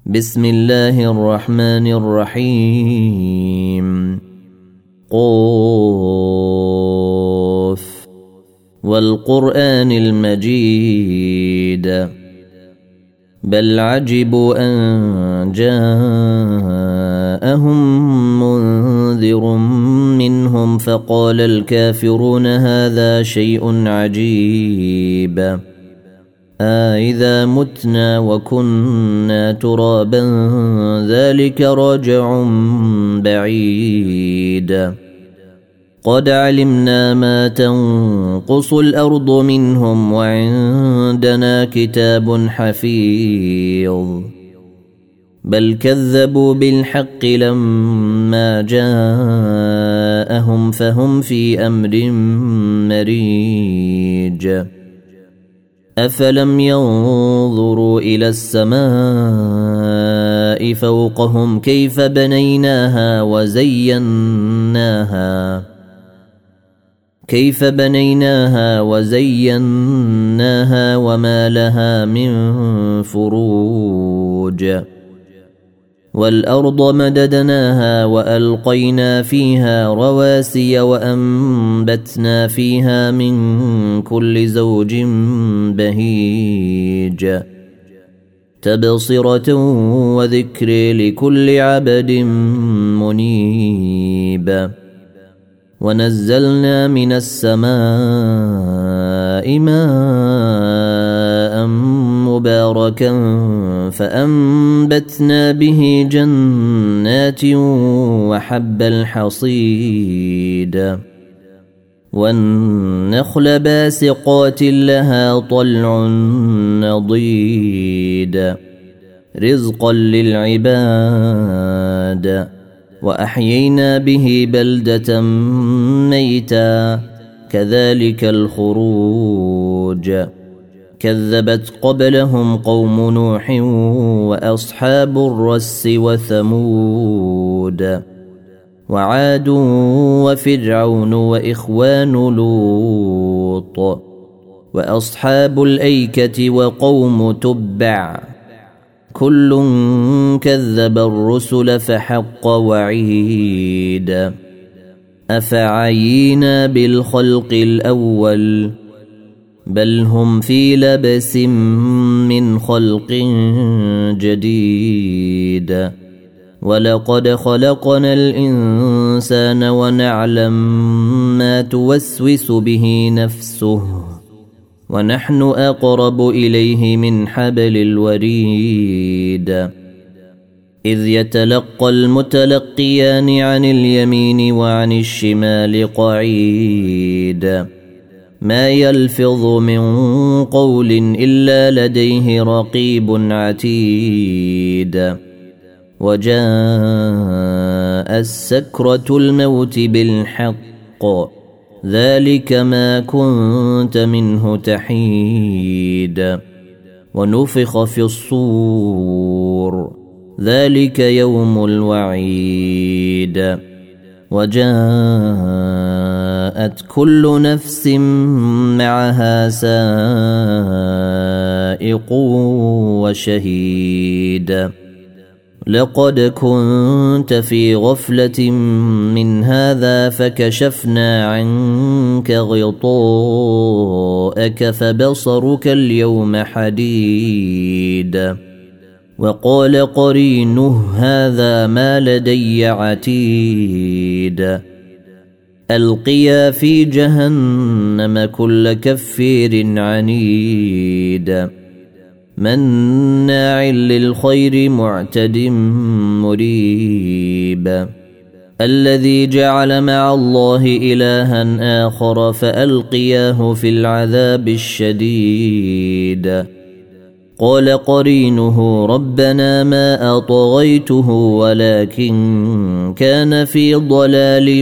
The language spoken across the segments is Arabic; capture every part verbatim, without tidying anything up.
بسم الله الرحمن الرحيم. قاف والقرآن المجيد بل عجبوا أن جاءهم منذر منهم فقال الكافرون هذا شيء عجيب أإذا متنا وكنا ترابا ذلك رجع بعيد قد علمنا ما تنقص الأرض منهم وعندنا كتاب حفيظ بل كذبوا بالحق لما جاءهم فهم في أمر مريج أفلم ينظروا إلى السماء فوقهم كيف بنيناها وزيناها كيف بنيناها وزيناها وما لها من فروج والأرض مددناها وألقينا فيها رواسي وأنبتنا فيها من كل زوج بهيج تبصرة وذكر لكل عبد منيب ونزلنا من السماء ماء مباركا فأنبتنا به جنات وحب الحصيد والنخل باسقات لها طلع نضيد رزقا للعباد وأحيينا به بلدة ميتا كذلك الخروج كذبت قبلهم قوم نوح وأصحاب الرس وثمود وعاد وفرعون وإخوان لوط وأصحاب الأيكة وقوم تبع كل كذب الرسل فحق وعيد أفعينا بالخلق الأول بل هم في لبس من خلق جديد ولقد خلقنا الإنسان ونعلم ما توسوس به نفسه ونحن أقرب إليه من حبل الوريد إذ يتلقى المتلقيان عن اليمين وعن الشمال قعيد ما يلفظ من قول إلا لديه رقيب عتيد وجاء السكرة الموت بالحق ذلك ما كنت منه تحيد ونفخ في الصور ذلك يوم الوعيد وجاءت كل نفس معها سائق وشهيد لقد كنت في غفلة من هذا فكشفنا عنك غطاءك فبصرك اليوم حديد وقال قرينه هذا ما لدي عتيد ألقيا في جهنم كل كفير عنيد مناع للخير معتد مريب الذي جعل مع الله إلها آخر فألقياه في العذاب الشديد قال قرينه ربنا ما أطغيته ولكن كان في ضلال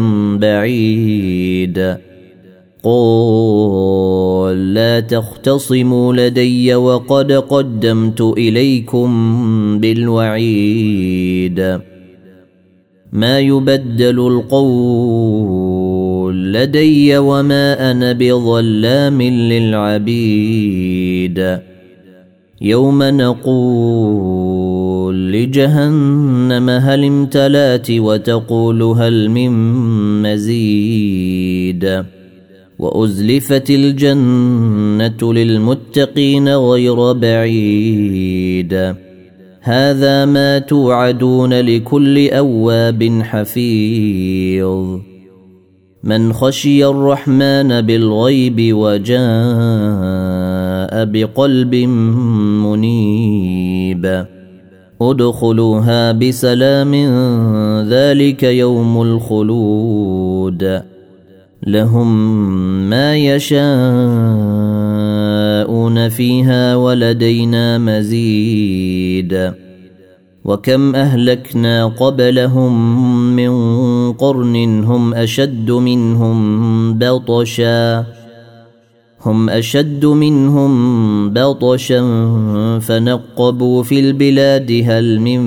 بعيد قال لا تختصموا لدي وقد قدمت إليكم بالوعيد ما يبدل القول لدي وما أنا بظلام للعبيد يوم نقول جهنم هل امتلات وتقول هل من مزيد وأزلفت الجنة للمتقين غير بعيد هذا ما توعدون لكل أواب حفيظ من خشي الرحمن بالغيب وجاء بقلب منيب ادخلوها بسلام ذلك يوم الخلود لهم ما يشاءون فيها ولدينا مزيد وكم أهلكنا قبلهم من قرن هم أشد منهم بطشا هم أشد منهم بطشا فنقبوا في البلاد هل من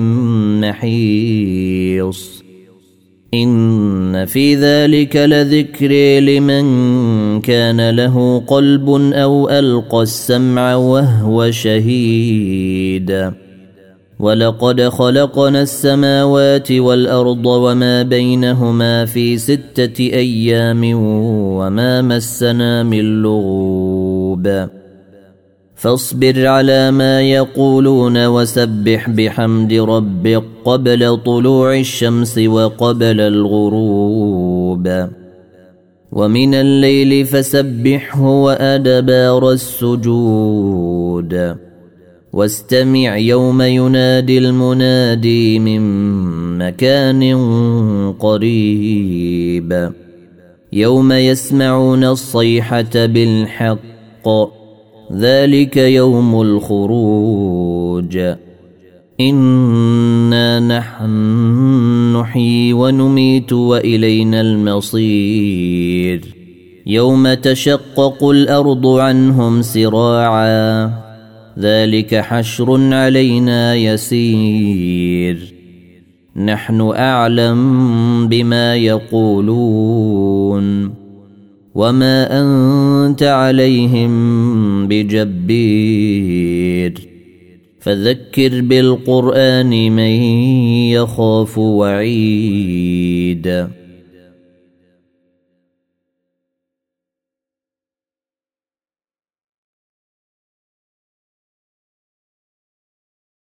محيص إن في ذلك لذكر لمن كان له قلب أو ألقى السمع وهو شهيد ولقد خلقنا السماوات والأرض وما بينهما في ستة أيام وما مسنا من لغوب فاصبر على ما يقولون وسبح بحمد ربك قبل طلوع الشمس وقبل الغروب ومن الليل فسبحه وأدبار السجود واستمع يوم ينادي المنادي من مكان قريب يوم يسمعون الصيحة بالحق ذلك يوم الخروج إنا نحن نحيي ونميت وإلينا المصير يوم تشقق الأرض عنهم سراعا ذلك حشر علينا يسير نحن أعلم بما يقولون وما أنت عليهم بجبير فذكر بالقرآن من يخاف وعيد